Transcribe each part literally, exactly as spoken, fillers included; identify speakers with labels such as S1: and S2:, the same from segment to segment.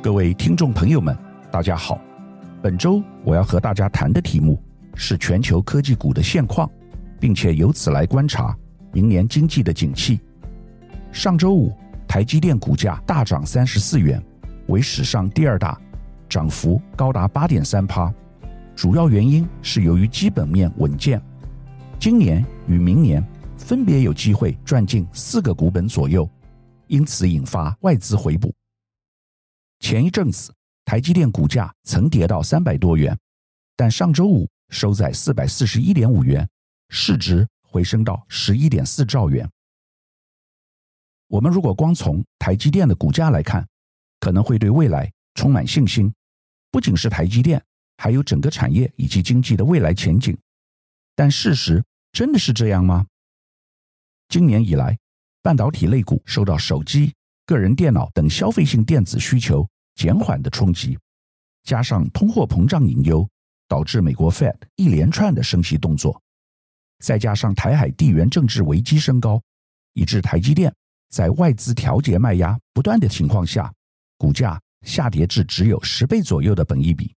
S1: 各位听众朋友们，大家好。本周我要和大家谈的题目是全球科技股的现况，并且由此来观察明年经济的景气。上周五，台积电股价大涨三十四元，为史上第二大，涨幅高达 百分之八点三。 主要原因是由于基本面稳健，今年与明年分别有机会赚进四个股本左右，因此引发外资回补。前一阵子台积电股价曾跌到三百多元，但上周五收在 四百四十一点五元，市值回升到 十一点四兆元。我们如果光从台积电的股价来看，可能会对未来充满信心，不仅是台积电，还有整个产业以及经济的未来前景。但事实真的是这样吗？今年以来，半导体类股受到手机、个人电脑等消费性电子需求减缓的冲击，加上通货膨胀隐忧，导致美国 Fed 一连串的升息动作，再加上台海地缘政治危机升高，以致台积电在外资调节卖压不断的情况下，股价下跌至只有十倍左右的本益比。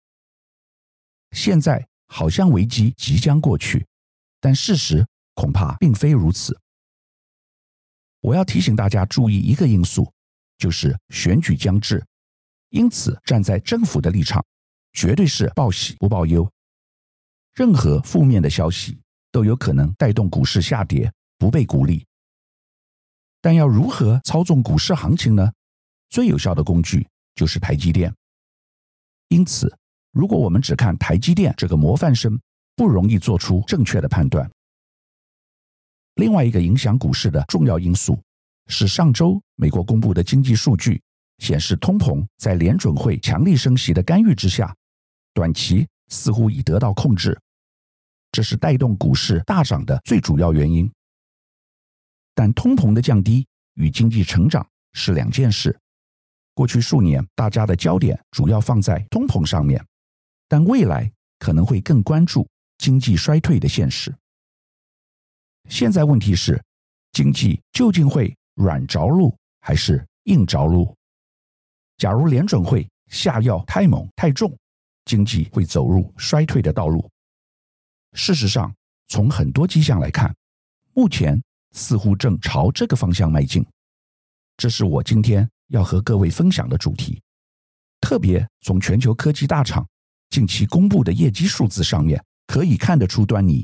S1: 现在好像危机即将过去，但事实恐怕并非如此。我要提醒大家注意一个因素，就是选举将至，因此站在政府的立场，绝对是报喜不报忧。任何负面的消息都有可能带动股市下跌，不被鼓励。但要如何操纵股市行情呢？最有效的工具就是台积电。因此，如果我们只看台积电这个模范生，不容易做出正确的判断。另外一个影响股市的重要因素是上周美国公布的经济数据显示，通膨在联准会强力升息的干预之下，短期似乎已得到控制，这是带动股市大涨的最主要原因。但通膨的降低与经济成长是两件事。过去数年大家的焦点主要放在通膨上面，但未来可能会更关注经济衰退的现实。现在问题是，经济究竟会软着陆还是硬着陆？假如联准会下药太猛太重，经济会走入衰退的道路。事实上，从很多迹象来看，目前似乎正朝这个方向迈进。这是我今天要和各位分享的主题。特别从全球科技大厂近期公布的业绩数字上面，可以看得出端倪。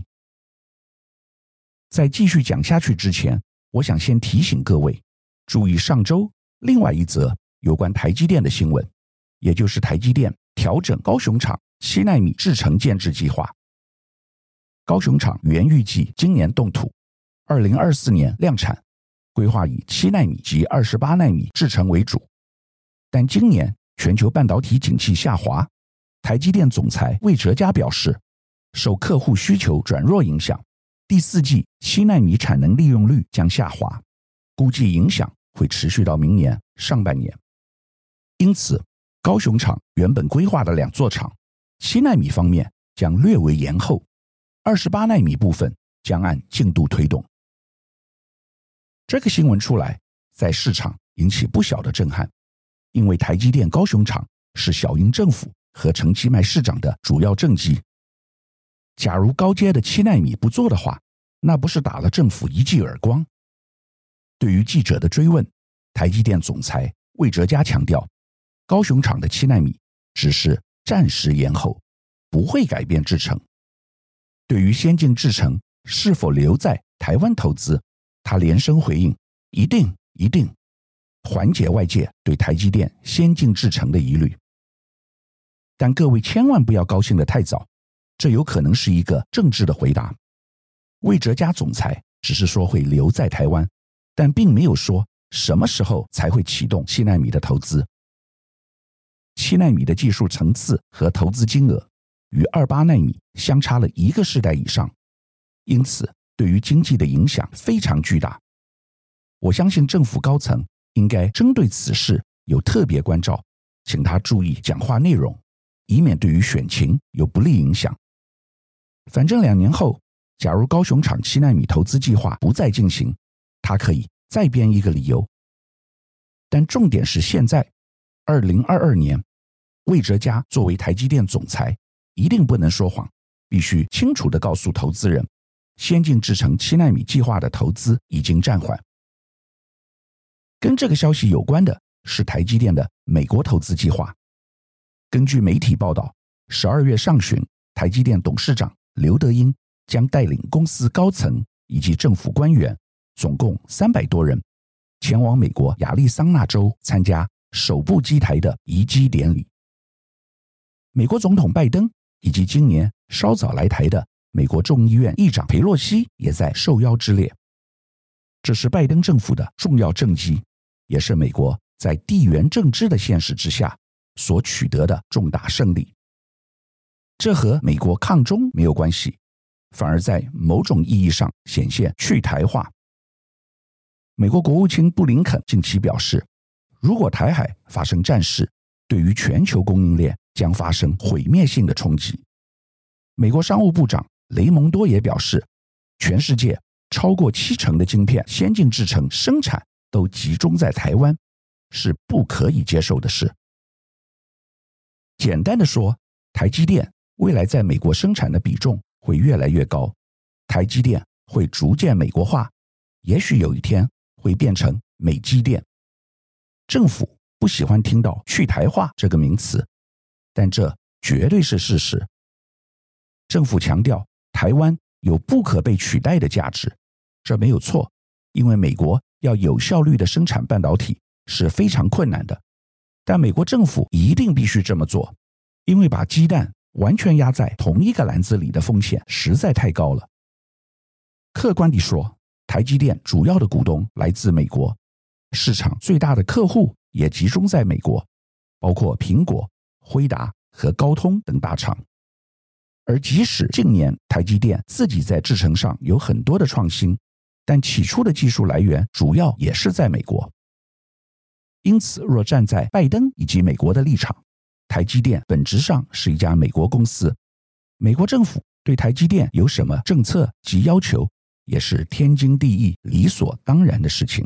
S1: 在继续讲下去之前，我想先提醒各位，注意上周另外一则有关台积电的新闻，也就是台积电调整高雄厂七奈米制程建制计划。高雄厂原预计今年动土，二零二四年量产，规划以七奈米及二十八奈米制程为主。但今年全球半导体景气下滑，台积电总裁魏哲嘉表示，受客户需求转弱影响，第四季七奈米产能利用率将下滑，估计影响会持续到明年上半年。因此，高雄厂原本规划的两座厂，七奈米方面将略为延后，二十八奈米部分将按进度推动。这个新闻出来，在市场引起不小的震撼，因为台积电高雄厂是小英政府和陈其迈市长的主要政绩。假如高阶的七奈米不做的话，那不是打了政府一记耳光？对于记者的追问，台积电总裁魏哲嘉强调，高雄厂的七奈米只是暂时延后，不会改变制程。对于先进制程是否留在台湾投资，他连声回应，一定一定，缓解外界对台积电先进制程的疑虑。但各位千万不要高兴得太早，这有可能是一个政治的回答。魏哲嘉总裁只是说会留在台湾，但并没有说什么时候才会启动七奈米的投资。七奈米的技术层次和投资金额与二八奈米相差了一个世代以上，因此对于经济的影响非常巨大。我相信政府高层应该针对此事有特别关照，请他注意讲话内容，以免对于选情有不利影响。反正两年后，假如高雄厂七奈米投资计划不再进行，他可以再编一个理由。但重点是现在， 二零二二年，魏哲家作为台积电总裁，一定不能说谎，必须清楚地告诉投资人，先进制程七奈米计划的投资已经暂缓。跟这个消息有关的是台积电的美国投资计划。根据媒体报道，十二月上旬，台积电董事长刘德英将带领公司高层以及政府官员，总共三百多人，前往美国亚利桑那州参加首部机台的移机典礼。美国总统拜登以及今年稍早来台的美国众议院议长裴洛西也在受邀之列。这是拜登政府的重要政绩，也是美国在地缘政治的现实之下所取得的重大胜利。这和美国抗中没有关系，反而在某种意义上显现去台化。美国国务卿布林肯近期表示，如果台海发生战事，对于全球供应链将发生毁灭性的冲击。美国商务部长雷蒙多也表示，全世界超过七成的晶片先进制程生产都集中在台湾，是不可以接受的事。简单的说，台积电未来在美国生产的比重会越来越高，台积电会逐渐美国化，也许有一天会变成美积电。政府不喜欢听到去台化这个名词，但这绝对是事实。政府强调台湾有不可被取代的价值，这没有错，因为美国要有效率的生产半导体是非常困难的。但美国政府一定必须这么做，因为把鸡蛋完全压在同一个篮子里的风险实在太高了。客观地说，台积电主要的股东来自美国，市场最大的客户也集中在美国，包括苹果、辉达和高通等大厂。而即使近年台积电自己在制程上有很多的创新，但起初的技术来源主要也是在美国。因此，若站在拜登以及美国的立场，台积电本质上是一家美国公司，美国政府对台积电有什么政策及要求，也是天经地义、理所当然的事情。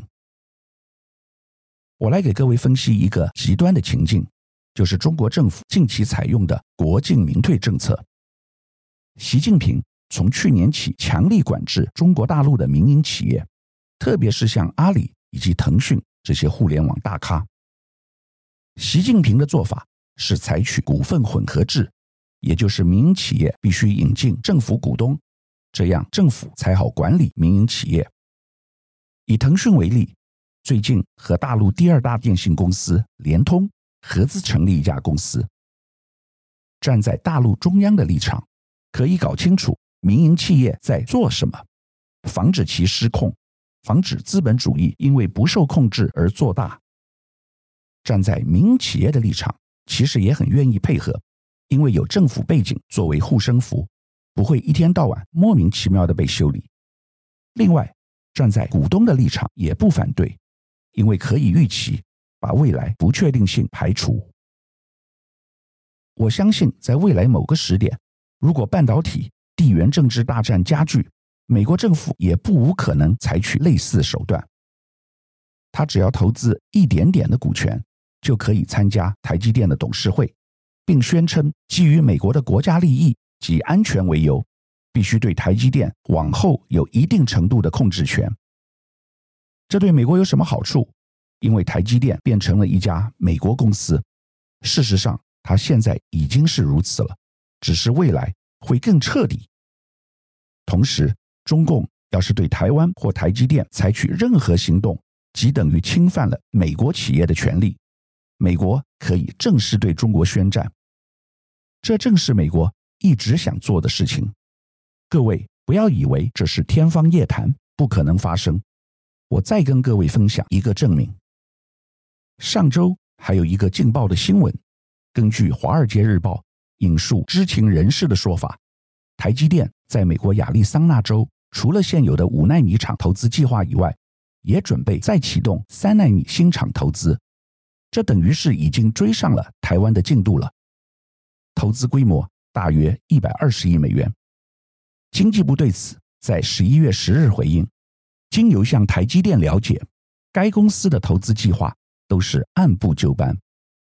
S1: 我来给各位分析一个极端的情境，就是中国政府近期采用的国进民退政策。习近平从去年起强力管制中国大陆的民营企业，特别是像阿里以及腾讯这些互联网大咖。习近平的做法是采取股份混合制，也就是民营企业必须引进政府股东，这样政府才好管理民营企业。以腾讯为例，最近和大陆第二大电信公司联通合资成立一家公司。站在大陆中央的立场，可以搞清楚民营企业在做什么，防止其失控，防止资本主义因为不受控制而做大。站在民营企业的立场，其实也很愿意配合，因为有政府背景作为护身符，不会一天到晚莫名其妙的被修理。另外，站在股东的立场也不反对，因为可以预期把未来不确定性排除。我相信在未来某个时点，如果半导体地缘政治大战加剧，美国政府也不无可能采取类似手段。他只要投资一点点的股权，就可以参加台积电的董事会，并宣称基于美国的国家利益及安全为由，必须对台积电往后有一定程度的控制权。这对美国有什么好处？因为台积电变成了一家美国公司，事实上它现在已经是如此了，只是未来会更彻底。同时，中共要是对台湾或台积电采取任何行动，即等于侵犯了美国企业的权利，美国可以正式对中国宣战。这正是美国一直想做的事情。各位不要以为这是天方夜谭，不可能发生。我再跟各位分享一个证明。上周还有一个劲爆的新闻，根据《华尔街日报》引述知情人士的说法，台积电在美国亚利桑那州除了现有的五奈米厂投资计划以外，也准备再启动三奈米新厂投资，这等于是已经追上了台湾的进度了。投资规模大约一百二十亿美元。经济部对此在十一月十日回应，经由向台积电了解，该公司的投资计划都是按部就班，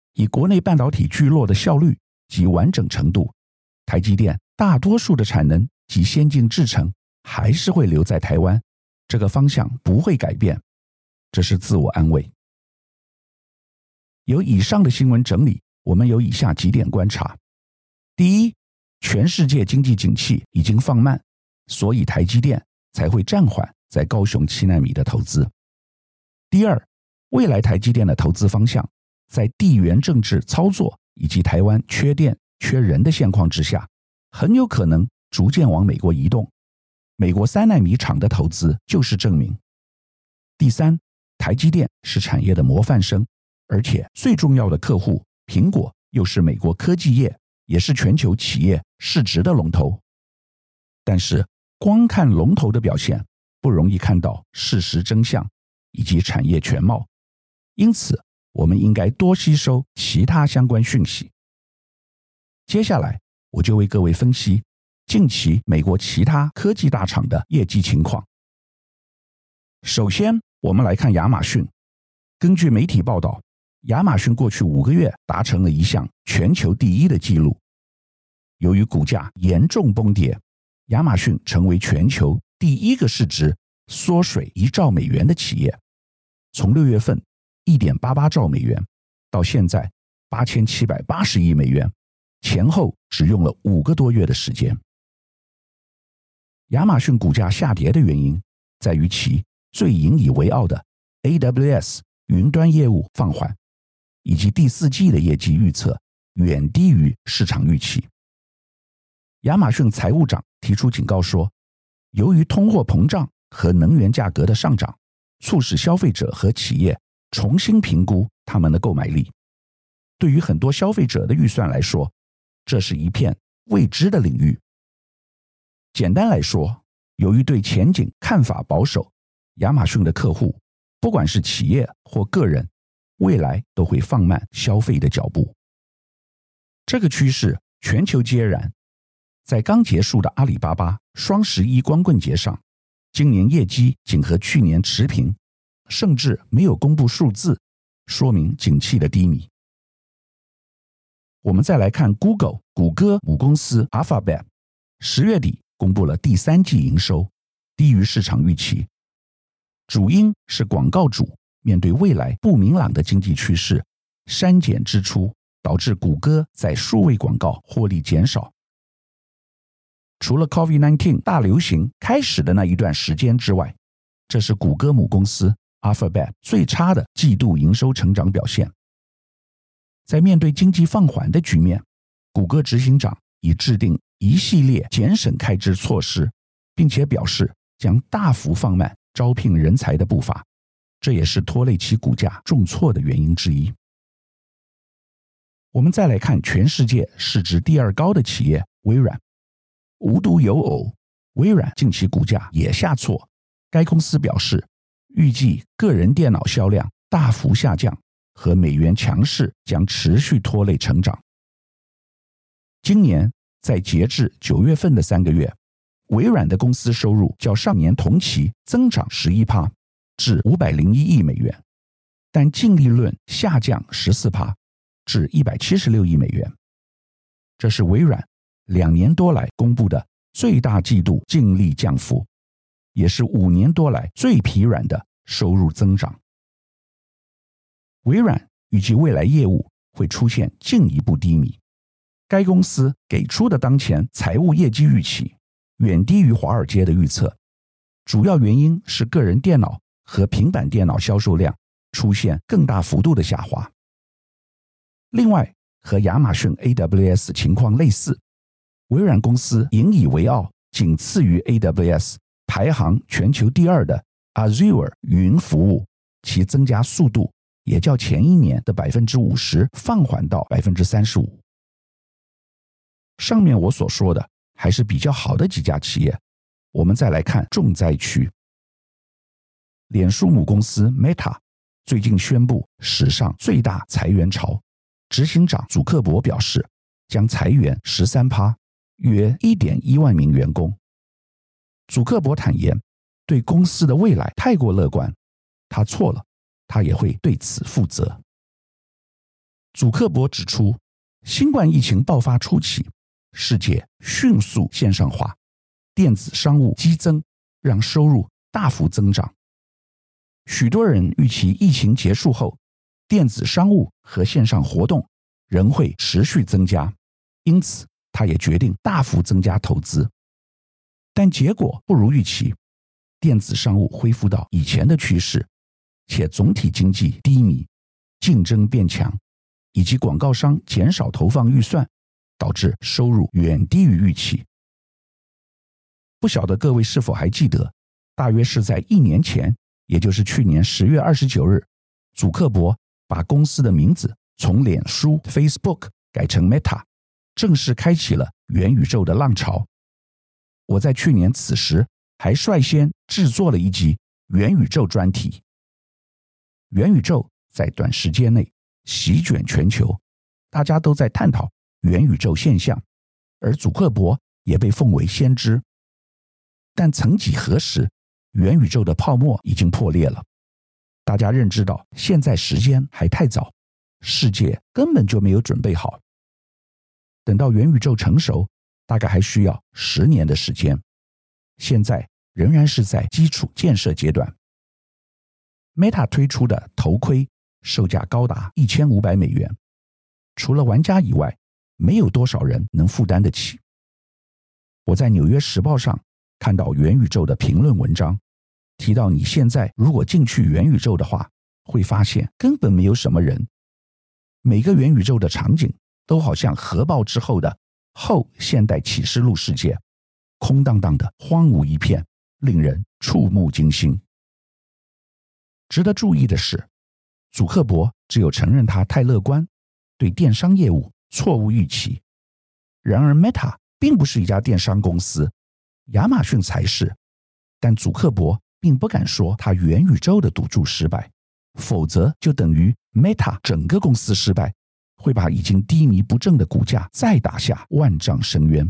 S1: 以国内半导体聚落的效率及完整程度，台积电大多数的产能及先进制程还是会留在台湾，这个方向不会改变，这是自我安慰。由以上的新闻整理，我们有以下几点观察。第一，全世界经济景气已经放慢，所以台积电才会暂缓在高雄七奈米的投资。第二，未来台积电的投资方向，在地缘政治操作以及台湾缺电缺人的现况之下，很有可能逐渐往美国移动。美国三奈米厂的投资就是证明。第三，台积电是产业的模范生，而且最重要的客户苹果又是美国科技业，也是全球企业市值的龙头。但是光看龙头的表现，不容易看到事实真相以及产业全貌，因此我们应该多吸收其他相关讯息。接下来我就为各位分析近期美国其他科技大厂的业绩情况。首先我们来看亚马逊。根据媒体报道，亚马逊过去五个月达成了一项全球第一的纪录。由于股价严重崩跌，亚马逊成为全球第一个市值缩水一兆美元的企业，从六月份 一点八八兆美元到现在八千七百八十亿美元，前后只用了五个多月的时间。亚马逊股价下跌的原因在于其最引以为傲的 A W S 云端业务放缓，以及第四季的业绩预测远低于市场预期。亚马逊财务长提出警告说，由于通货膨胀和能源价格的上涨，促使消费者和企业重新评估他们的购买力。对于很多消费者的预算来说，这是一片未知的领域。简单来说，由于对前景看法保守，亚马逊的客户，不管是企业或个人，未来都会放慢消费的脚步。这个趋势全球皆然。在刚结束的阿里巴巴双十一光棍节上，今年业绩仅和去年持平，甚至没有公布数字，说明景气的低迷。我们再来看 Google 谷歌母公司 Alphabet， 十月底公布了第三季营收，低于市场预期。主因是广告主面对未来不明朗的经济趋势，删减支出，导致谷歌在数位广告获利减少。除了 COVID 十九 大流行开始的那一段时间之外，这是谷歌母公司 Alphabet 最差的季度营收成长表现。在面对经济放缓的局面，谷歌执行长已制定一系列节省开支措施，并且表示将大幅放慢招聘人才的步伐，这也是拖累其股价重挫的原因之一。我们再来看全世界市值第二高的企业微软。无独有偶，微软近期股价也下挫。该公司表示，预计个人电脑销量大幅下降和美元强势将持续拖累成长。今年在截至九月份的三个月，微软的公司收入较上年同期增长 百分之十一 至五百零一亿美元，但净利润下降 百分之十四 至一百七十六亿美元。这是微软两年多来公布的最大季度净利降幅，也是五年多来最疲软的收入增长。微软预计未来业务会出现进一步低迷，该公司给出的当前财务业绩预期远低于华尔街的预测，主要原因是个人电脑和平板电脑销售量出现更大幅度的下滑。另外，和亚马逊 A W S 情况类似，微软公司引以为傲，仅次于 A W S 排行全球第二的 Azure 云服务，其增加速度也较前一年的 百分之五十 放缓到 百分之三十五。上面我所说的还是比较好的几家企业，我们再来看重灾区。脸书母公司 Meta 最近宣布史上最大裁员潮，执行长祖克伯表示将裁员 百分之十三，约 一点一万名员工。祖克伯坦言，对公司的未来太过乐观，他错了，他也会对此负责。 祖克伯指出，新冠疫情爆发初期，世界迅速线上化，电子商务激增，让收入大幅增长。许多人预期疫情结束后，电子商务和线上活动仍会持续增加，因此他也决定大幅增加投资。但结果不如预期，电子商务恢复到以前的趋势，且总体经济低迷，竞争变强，以及广告商减少投放预算，导致收入远低于预期。不晓得各位是否还记得，大约是在一年前，也就是去年十月二十九日，祖克伯把公司的名字从脸书 Facebook 改成 Meta， 正式开启了元宇宙的浪潮。我在去年此时还率先制作了一集元宇宙专题。元宇宙在短时间内席卷全球，大家都在探讨元宇宙现象，而祖克伯也被奉为先知。但曾几何时，元宇宙的泡沫已经破裂了。大家认知到现在时间还太早，世界根本就没有准备好。等到元宇宙成熟，大概还需要十年的时间。现在仍然是在基础建设阶段。Meta 推出的头盔售价高达一千五百美元，除了玩家以外，没有多少人能负担得起。我在《纽约时报》上看到元宇宙的评论文章，提到你现在如果进去元宇宙的话，会发现根本没有什么人。每个元宇宙的场景都好像核爆之后的后现代启示录世界，空荡荡的荒芜一片，令人触目惊心。值得注意的是，祖克伯只有承认他太乐观，对电商业务错误预期。然而 Meta 并不是一家电商公司，亚马逊才是。但祖克伯并不敢说他元宇宙的赌注失败，否则就等于 Meta 整个公司失败，会把已经低迷不振的股价再打下万丈深渊。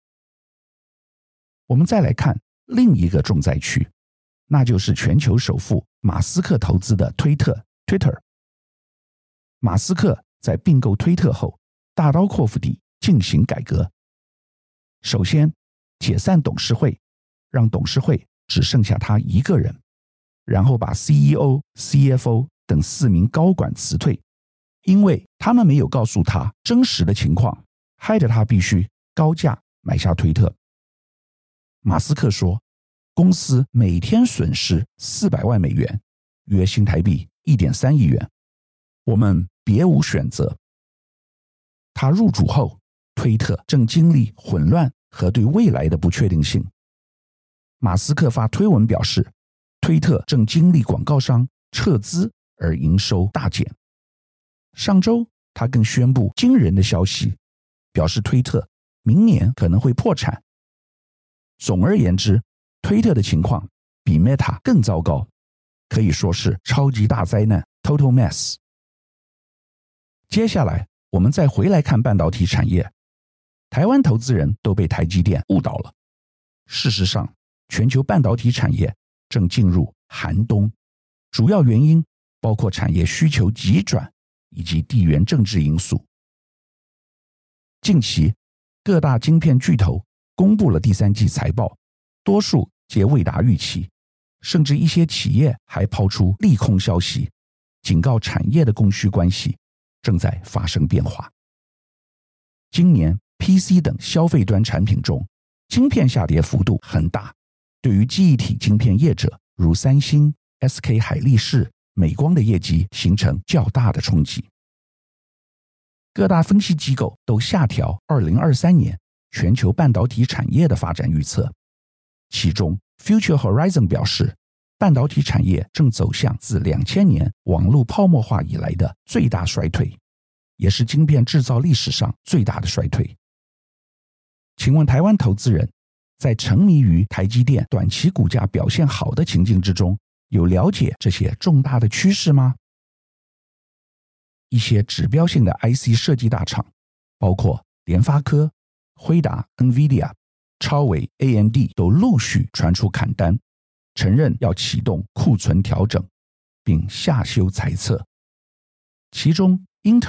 S1: 我们再来看另一个重灾区，那就是全球首富马斯克投资的推特 Twitter。 马斯克在并购推特后，大刀阔斧地进行改革。首先解散董事会，让董事会只剩下他一个人，然后把 C E O、C F O 等四名高管辞退，因为他们没有告诉他真实的情况，害得他必须高价买下推特。马斯克说，公司每天损失四百万美元，约新台币 一点三亿元，我们别无选择。他入主后，推特正经历混乱和对未来的不确定性。马斯克发推文表示，推特正经历广告商撤资而营收大减。上周他更宣布惊人的消息，表示推特明年可能会破产。总而言之，推特的情况比 Meta 更糟糕，可以说是超级大灾难 Total Mess。 接下来我们再回来看半导体产业，台湾投资人都被台积电误导了。事实上，全球半导体产业正进入寒冬，主要原因包括产业需求急转以及地缘政治因素。近期各大晶片巨头公布了第三季财报，多数皆未达预期，甚至一些企业还抛出利空消息，警告产业的供需关系正在发生变化。今年 P C 等消费端产品中，晶片下跌幅度很大，对于记忆体晶片业者如三星、S K 海力士、美光的业绩形成较大的冲击。各大分析机构都下调二零二三年全球半导体产业的发展预测，其中 Future Horizon 表示，半导体产业正走向自两千年网络泡沫化以来的最大衰退，也是晶片制造历史上最大的衰退。请问台湾投资人在沉迷于台积电短期股价表现好的情境之中，有了解这些重大的趋势吗？一些指标性的 I C 设计大厂，包括联发科、辉达、NVIDIA、超微、A M D 都陆续传出砍单，承认要启动库存调整，并下修财测。其中英特尔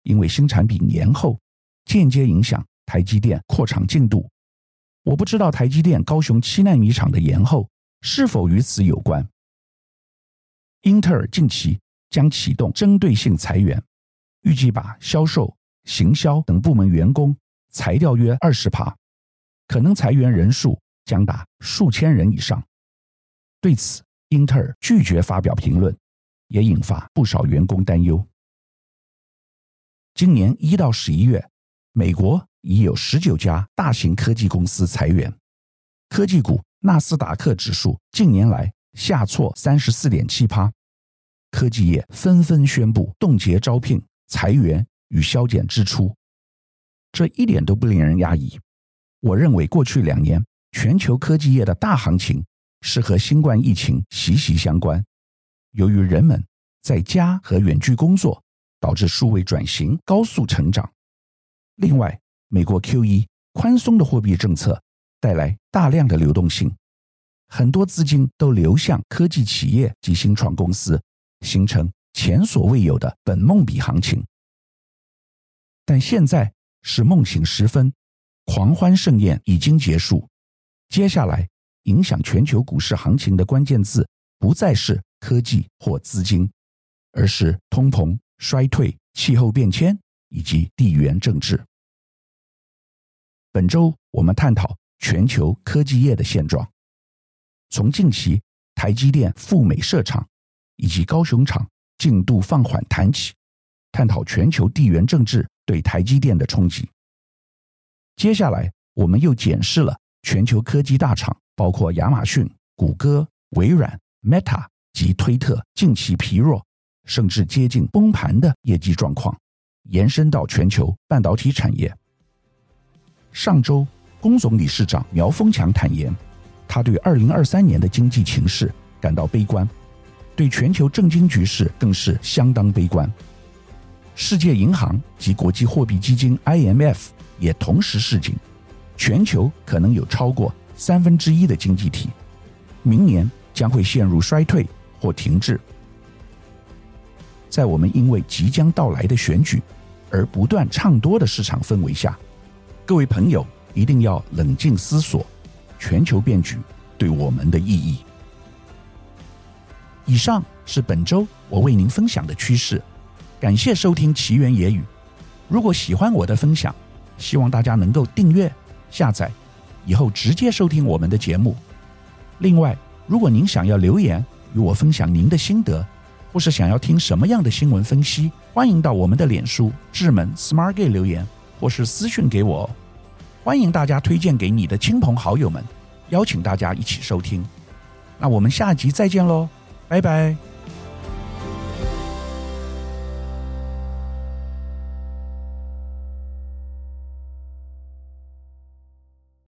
S1: 因为新产品延后，间接影响台积电扩厂进度。我不知道台积电高雄七奈米厂的延后是否与此有关。英特尔近期将启动针对性裁员，预计把销售、行销等部门员工裁掉约 百分之二十， 可能裁员人数将达数千人以上。对此，英特尔拒绝发表评论，也引发不少员工担忧。今年一到十一月，美国已有十九家大型科技公司裁员，科技股纳斯达克指数近年来下挫 百分之三十四点七， 科技业纷纷宣布冻结招聘、裁员与削减支出，这一点都不令人压抑。我认为过去两年全球科技业的大行情是和新冠疫情息息相关，由于人们在家和远距工作，导致数位转型高速成长。另外，美国 Q E 宽松的货币政策带来大量的流动性，很多资金都流向科技企业及新创公司，形成前所未有的本梦比行情。但现在是梦醒时分，狂欢盛宴已经结束，接下来影响全球股市行情的关键字不再是科技或资金，而是通膨、衰退、气候变迁以及地缘政治。本周我们探讨全球科技业的现状，从近期台积电赴美设厂以及高雄厂进度放缓谈起，探讨全球地缘政治对台积电的冲击。接下来我们又检视了全球科技大厂，包括亚马逊、谷歌、微软、Meta 及推特近期疲弱甚至接近崩盘的业绩状况，延伸到全球半导体产业。上周，龚总理事长苗丰强坦言，他对二零二三年的经济情势感到悲观，对全球政经局势更是相当悲观。世界银行及国际货币基金 I M F 也同时示警，全球可能有超过三分之一的经济体明年将会陷入衰退或停滞。在我们因为即将到来的选举而不断唱多的市场氛围下，各位朋友一定要冷静思索全球变局对我们的意义。以上是本周我为您分享的趋势，感谢收听奇缘野语。如果喜欢我的分享，希望大家能够订阅、下载，以后直接收听我们的节目。另外，如果您想要留言与我分享您的心得，或是想要听什么样的新闻分析，欢迎到我们的脸书智门 SmartGay 留言，或是私讯给我哦。欢迎大家推荐给你的亲朋好友们，邀请大家一起收听。那我们下集再见咯，拜拜。